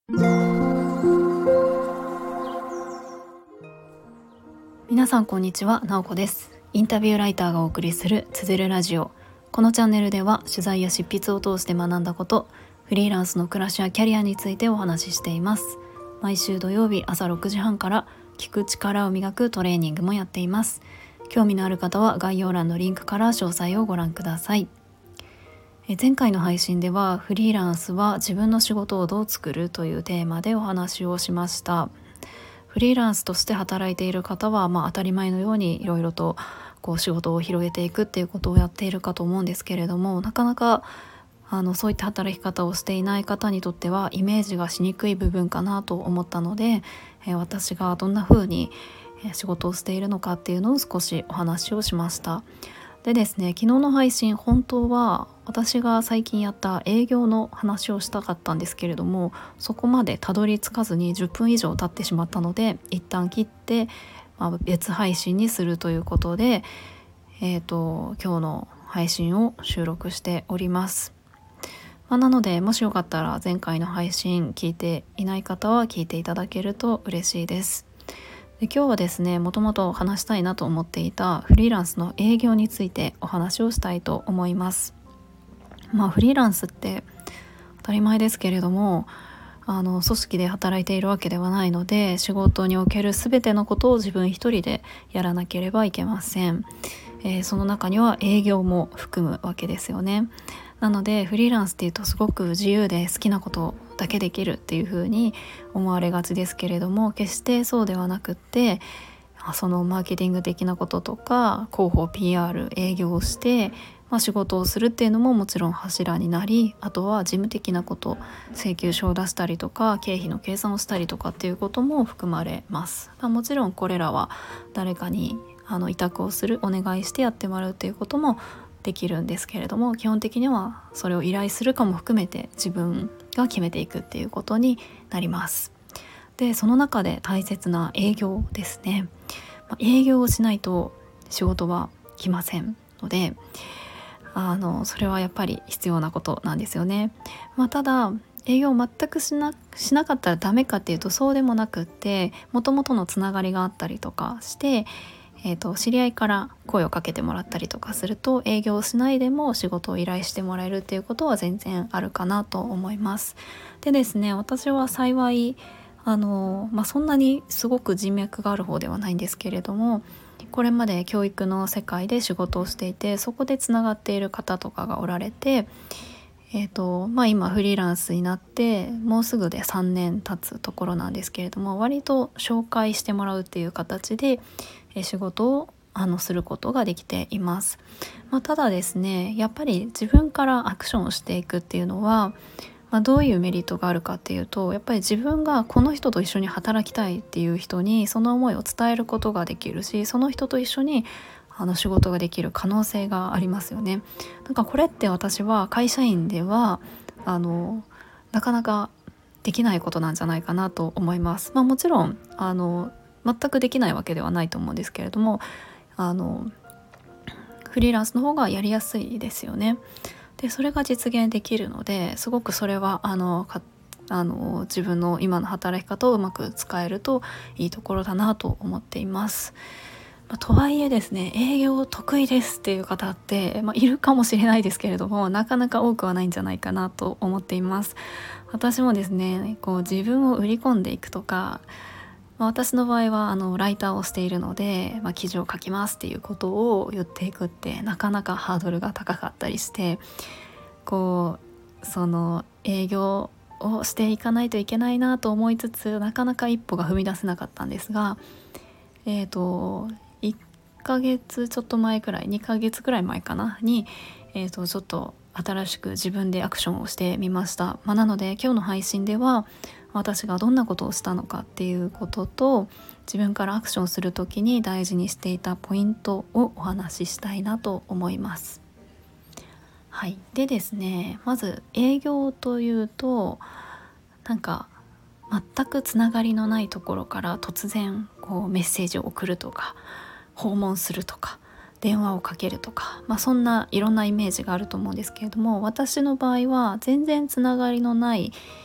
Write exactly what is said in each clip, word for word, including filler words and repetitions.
皆さんこんにちは、なおこです。インタビューライターがお送りするつづるラジオ。このチャンネルでは取材や執筆を通して学んだこと、フリーランスの暮らしやキャリアについてお話ししています。毎週土曜日朝ろくじはんから聞く力を磨くトレーニングもやっています。興味のある方は概要欄のリンクから詳細をご覧ください。え前回の配信ではフリーランスは自分の仕事をどう作るというテーマでお話をしました。フリーランスとして働いている方は、まあ、当たり前のようにいろいろとこう仕事を広げていくっていうことをやっているかと思うんですけれども、なかなかあのそういった働き方をしていない方にとってはイメージがしにくい部分かなと思ったので、え私がどんな風に仕事をしているのかっていうのを少しお話をしました。でですね、昨日の配信、本当は私が最近やった営業の話をしたかったんですけれども、そこまでたどり着かずにじゅっぷん以上経ってしまったので、一旦切って、まあ、別配信にするということで、えーと、今日の配信を収録しております。まあ、なのでもしよかったら前回の配信聞いていない方は聞いていただけると嬉しいです。で今日はですね、もともと話したいなと思っていたフリーランスの営業についてお話をしたいと思います。まあフリーランスって当たり前ですけれども、あの組織で働いているわけではないので、仕事における全てのことを自分一人でやらなければいけません。えー、その中には営業も含むわけですよね。なのでフリーランスっていうとすごく自由で好きなことだけできるっていう風に思われがちですけれども、決してそうではなくって、そのマーケティング的なこととか広報 ピーアール 営業をして、まあ、仕事をするっていうのももちろん柱になり、あとは事務的なこと、請求書を出したりとか経費の計算をしたりとかっていうことも含まれます。まあ、もちろんこれらは誰かにあの委託をする、お願いしてやってもらうっていうこともできるんですけれども、基本的にはそれを依頼するかも含めて自分が決めていくっていうことになります。でその中で大切な営業ですね。まあ、営業をしないと仕事は来ませんので、あのそれはやっぱり必要なことなんですよね。まあ、ただ営業を全くしな、しなかったらダメかっていうとそうでもなくって、もともとのつながりがあったりとかして、えーと、知り合いから声をかけてもらったりとかすると、営業しないでも仕事を依頼してもらえるっていうことは全然あるかなと思います。でですね、私は幸いあの、まあ、そんなにすごく人脈がある方ではないんですけれども、これまで教育の世界で仕事をしていて、そこでつながっている方とかがおられて、えーとまあ、今フリーランスになってもうすぐでさんねん経つところなんですけれども、割と紹介してもらうっていう形で仕事をあのすることができています。まあ、ただですね、やっぱり自分からアクションをしていくっていうのは、まあ、どういうメリットがあるかっていうと、やっぱり自分がこの人と一緒に働きたいっていう人にその思いを伝えることができるし、その人と一緒にあの仕事ができる可能性がありますよね。なんかこれって私は会社員ではあのなかなかできないことなんじゃないかなと思います。まあ、もちろんあの全くできないわけではないと思うんですけれども、あのフリーランスの方がやりやすいですよね。でそれが実現できるので、すごくそれはあのかあの自分の今の働き方をうまく使えるといいところだなと思っています。まあ、とはいえですね、営業得意ですっていう方って、まあ、いるかもしれないですけれども、なかなか多くはないんじゃないかなと思っています。私もですね、こう自分を売り込んでいくとか、まあ、私の場合はあのライターをしているので、まあ、記事を書きますっていうことを言っていくってなかなかハードルが高かったりして、こうその営業をしていかないといけないなと思いつつ、なかなか一歩が踏み出せなかったんですが、えっといっかげつちょっと前くらい、にかげつくらい前かなに、えーとちょっと新しく自分でアクションをしてみました。まあ、なので今日の配信では私がどんなことをしたのかっていうことと、自分からアクションする時に大事にしていたポイントをお話ししたいなと思います。はい、でですね、まず営業というと、なんか全くつながりのないところから突然こうメッセージを送るとか、訪問するとか、電話をかけるとか、まあ、そんないろんなイメージがあると思うんですけれども、私の場合は全然つながりのない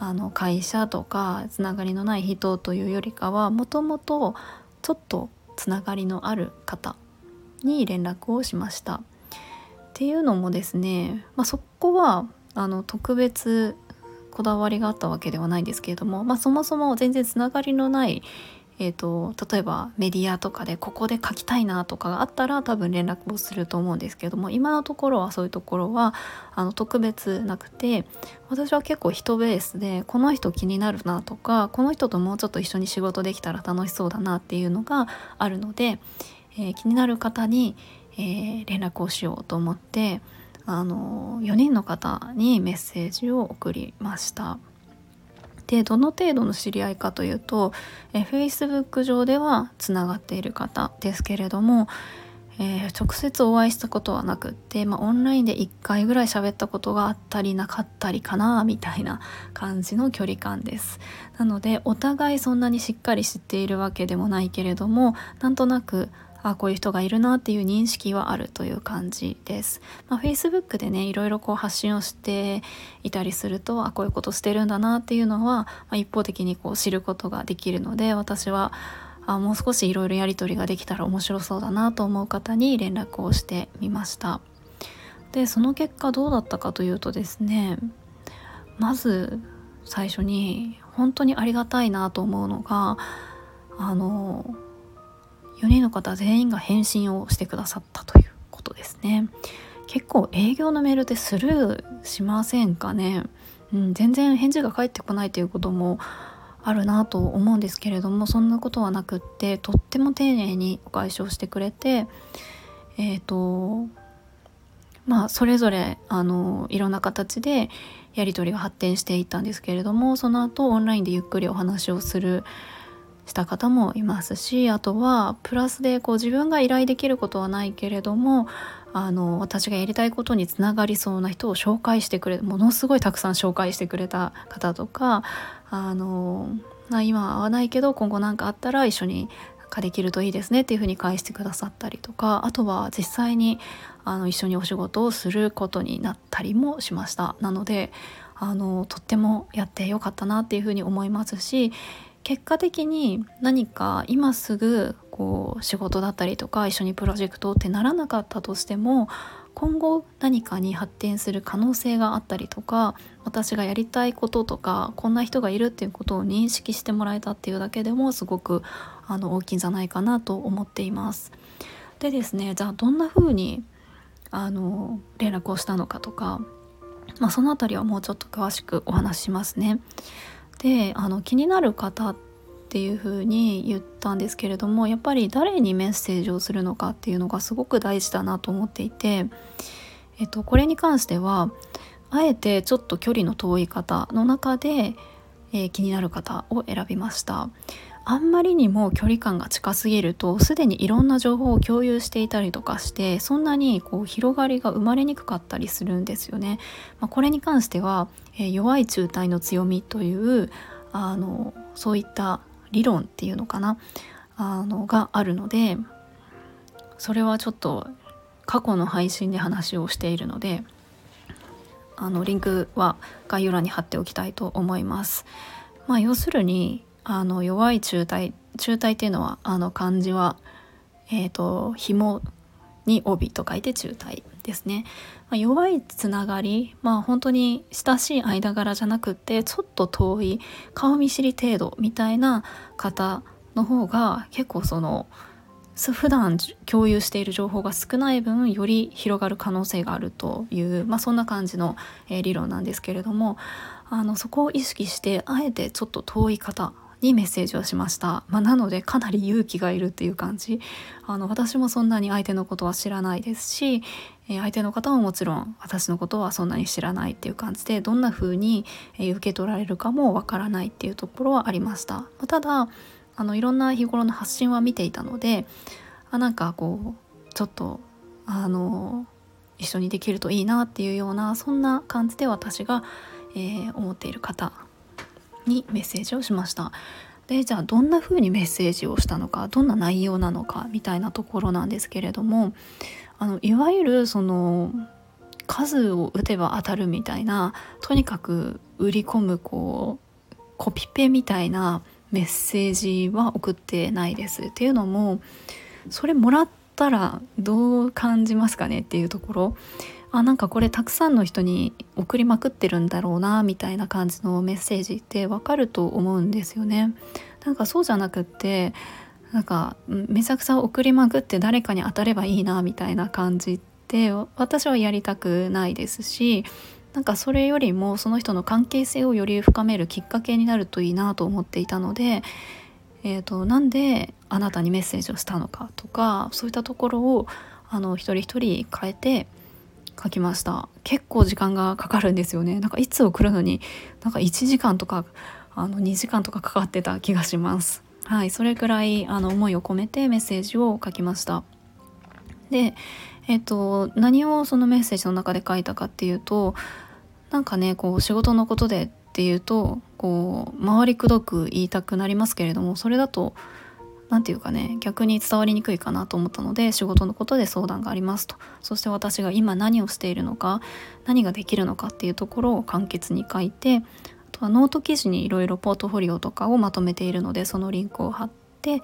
あの会社とかつながりのない人というよりかは、もともとちょっとつながりのある方に連絡をしました。っていうのもですね、まあ、そこはあの特別こだわりがあったわけではないんですけれども、まあ、そもそも全然つながりのない、えーと、例えばメディアとかでここで書きたいなとかがあったら多分連絡をすると思うんですけれども、今のところはそういうところはあの特別なくて、私は結構人ベースでこの人気になるなとか、この人ともうちょっと一緒に仕事できたら楽しそうだなっていうのがあるので、えー、気になる方に、えー、連絡をしようと思ってあのよにんの方にメッセージを送りました。でどの程度の知り合いかというと、え Facebook 上ではつながっている方ですけれども、えー、直接お会いしたことはなくって、まあ、オンラインでいっかいぐらい喋ったことがあったりなかったりかなみたいな感じの距離感です。なのでお互いそんなにしっかり知っているわけでもないけれども、なんとなくあこういう人がいるなっていう認識はあるという感じです。まあ、Facebook でねいろいろこう発信をしていたりすると、あこういうことしてるんだなっていうのは、まあ、一方的にこう知ることができるので、私はあもう少しいろいろやり取りができたら面白そうだなと思う方に連絡をしてみました。でその結果どうだったかというとですね、まず最初に本当にありがたいなと思うのが、あのよにんの方全員が返信をしてくださったということですね。結構営業のメールってスルーしませんかね。うん、全然返事が返ってこないということもあるなと思うんですけれども、そんなことはなくって、とっても丁寧にお返しをしてくれて、えーとまあそれぞれあのいろんな形でやり取りが発展していったんですけれども、その後オンラインでゆっくりお話をするした方もいますし、あとはプラスでこう自分が依頼できることはないけれども、あの私がやりたいことにつながりそうな人を紹介してくれものすごいたくさん紹介してくれた方とか、あの今は会わないけど今後何かあったら一緒にできるといいですねっていうふうに返してくださったりとか、あとは実際にあの一緒にお仕事をすることになったりもしました。なのであのとってもやってよかったなっていうふうに思いますし、結果的に何か今すぐこう仕事だったりとか一緒にプロジェクトってならなかったとしても、今後何かに発展する可能性があったりとか、私がやりたいこととかこんな人がいるっていうことを認識してもらえたっていうだけでもすごくあの大きいんじゃないかなと思っています。でですね、じゃあどんな風にあの連絡をしたのかとか、まあ、そのあたりはもうちょっと詳しくお話ししますね。であの気になる方っていう風に言ったんですけれども、やっぱり誰にメッセージをするのかっていうのがすごく大事だなと思っていて、えっと、これに関してはあえてちょっと距離の遠い方の中で、えー、気になる方を選びました。あんまりにも距離感が近すぎるとすでにいろんな情報を共有していたりとかして、そんなにこう広がりが生まれにくかったりするんですよね。まあ、これに関しては、えー、弱い中帯の強みというあのそういった理論っていうのかなあのがあるので、それはちょっと過去の配信で話をしているので、あのリンクは概要欄に貼っておきたいと思います。まあ、要するにあの弱い中帯中帯っていうのはあの漢字は、えーと、紐に帯と書いて中帯ですね。まあ、弱いつながり、まあ本当に親しい間柄じゃなくってちょっと遠い顔見知り程度みたいな方の方が結構その普段共有している情報が少ない分より広がる可能性があるという、まあ、そんな感じの、えー、理論なんですけれども、あのそこを意識してあえてちょっと遠い方にメッセージをしました。まあ、なのでかなり勇気がいるっていう感じ。あの私もそんなに相手のことは知らないですし、えー、相手の方ももちろん私のことはそんなに知らないっていう感じで、どんな風に、えー、受け取られるかもわからないっていうところはありました。まあ、ただあのいろんな日頃の発信は見ていたので、あなんかこうちょっとあの一緒にできるといいなっていうような、そんな感じで私が、えー、思っている方にメッセージをしました。でじゃあどんな風にメッセージをしたのか、どんな内容なのかみたいなところなんですけれども、あのいわゆるその数を打てば当たるみたいな、とにかく売り込むこうコピペみたいなメッセージは送ってないです。っていうのも、それもらったらどう感じますかねっていうところ、あ、なんかこれたくさんの人に送りまくってるんだろうなみたいな感じのメッセージってわかると思うんですよね。なんかそうじゃなくって、なんかめちゃくちゃ送りまくって誰かに当たればいいなみたいな感じって私はやりたくないですし、なんかそれよりもその人の関係性をより深めるきっかけになるといいなと思っていたので、えーと、なんであなたにメッセージをしたのかとか、そういったところをあの一人一人変えて書きました。結構時間がかかるんですよね。なんかいつ送るのになんかいちじかんとかあのにじかんとかかかってた気がします。はい、それくらいあの思いを込めてメッセージを書きました。で、えっと、何をそのメッセージの中で書いたかっていうと、なんかねこう仕事のことでっていうとこう回りくどく言いたくなりますけれども、それだとなんていうかね逆に伝わりにくいかなと思ったので、仕事のことで相談がありますと、そして私が今何をしているのか、何ができるのかっていうところを簡潔に書いて、あとはノート記事にいろいろポートフォリオとかをまとめているので、そのリンクを貼って、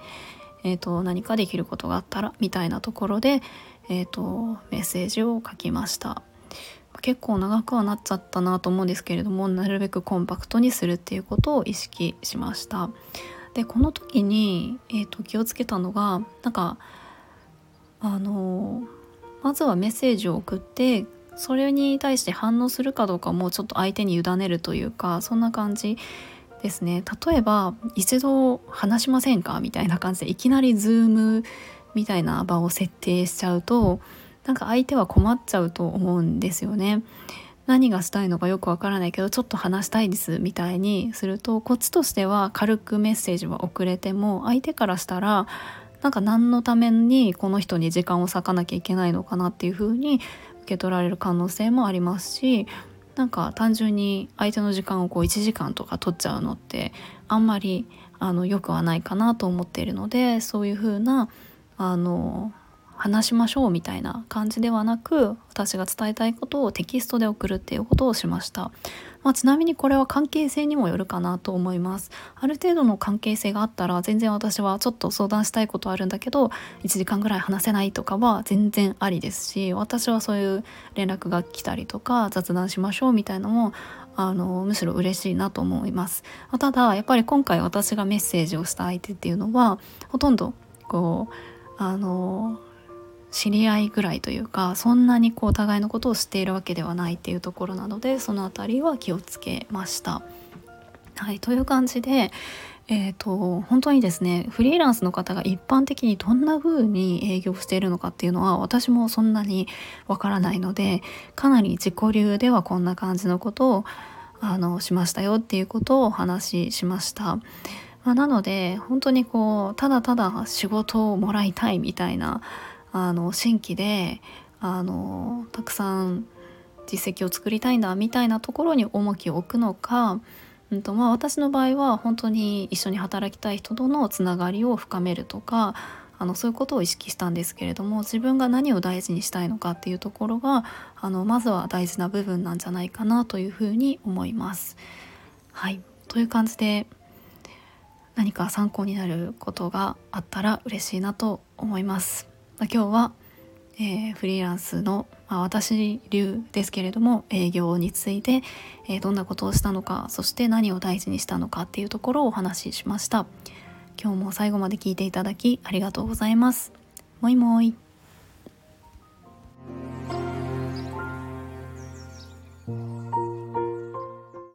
えー、と何かできることがあったらみたいなところで、えー、とメッセージを書きました。結構長くはなっちゃったなと思うんですけれども、なるべくコンパクトにするっていうことを意識しました。でこの時に、えー、と気をつけたのが、なんかあのまずはメッセージを送って、それに対して反応するかどうかもちょっと相手に委ねるというか、そんな感じですね。例えば一度話しませんかみたいな感じでいきなりズームみたいな場を設定しちゃうと、なんか相手は困っちゃうと思うんですよね。何がしたいのかよくわからないけどちょっと話したいですみたいにすると、こっちとしては軽くメッセージは送れても、相手からしたらなんか何のためにこの人に時間を割かなきゃいけないのかなっていう風に受け取られる可能性もありますし、なんか単純に相手の時間をこういちじかんとか取っちゃうのってあんまりあの良くはないかなと思っているので、そういう風なあの話しましょうみたいな感じではなく、私が伝えたいことをテキストで送るっていうことをしました。まあ、ちなみにこれは関係性にもよるかなと思います。ある程度の関係性があったら全然私はちょっと相談したいことあるんだけどいちじかんぐらい話せないとかは全然ありですし、私はそういう連絡が来たりとか雑談しましょうみたいなのもあのむしろ嬉しいなと思います。ただやっぱり今回私がメッセージをした相手っていうのはほとんどこうあの知り合いぐらいというか、そんなにこうお互いのことを知っているわけではないっていうところなので、そのあたりは気をつけました。はい、という感じで、えーと、本当にですねフリーランスの方が一般的にどんな風に営業しているのかっていうのは私もそんなにわからないので、かなり自己流ではこんな感じのことをあのしましたよっていうことをお話ししました。まあ、なので本当にこうただただ仕事をもらいたいみたいなあの新規であのたくさん実績を作りたいんだみたいなところに重きを置くのか、うんとまあ、私の場合は本当に一緒に働きたい人とのつながりを深めるとか、あのそういうことを意識したんですけれども、自分が何を大事にしたいのかっていうところがあのまずは大事な部分なんじゃないかなというふうに思います。はい、という感じで何か参考になることがあったら嬉しいなと思います。今日は、えー、フリーランスの、まあ、私流ですけれども営業について、えー、どんなことをしたのか、そして何を大事にしたのかっていうところをお話ししました。今日も最後まで聞いていただきありがとうございます。もいもい。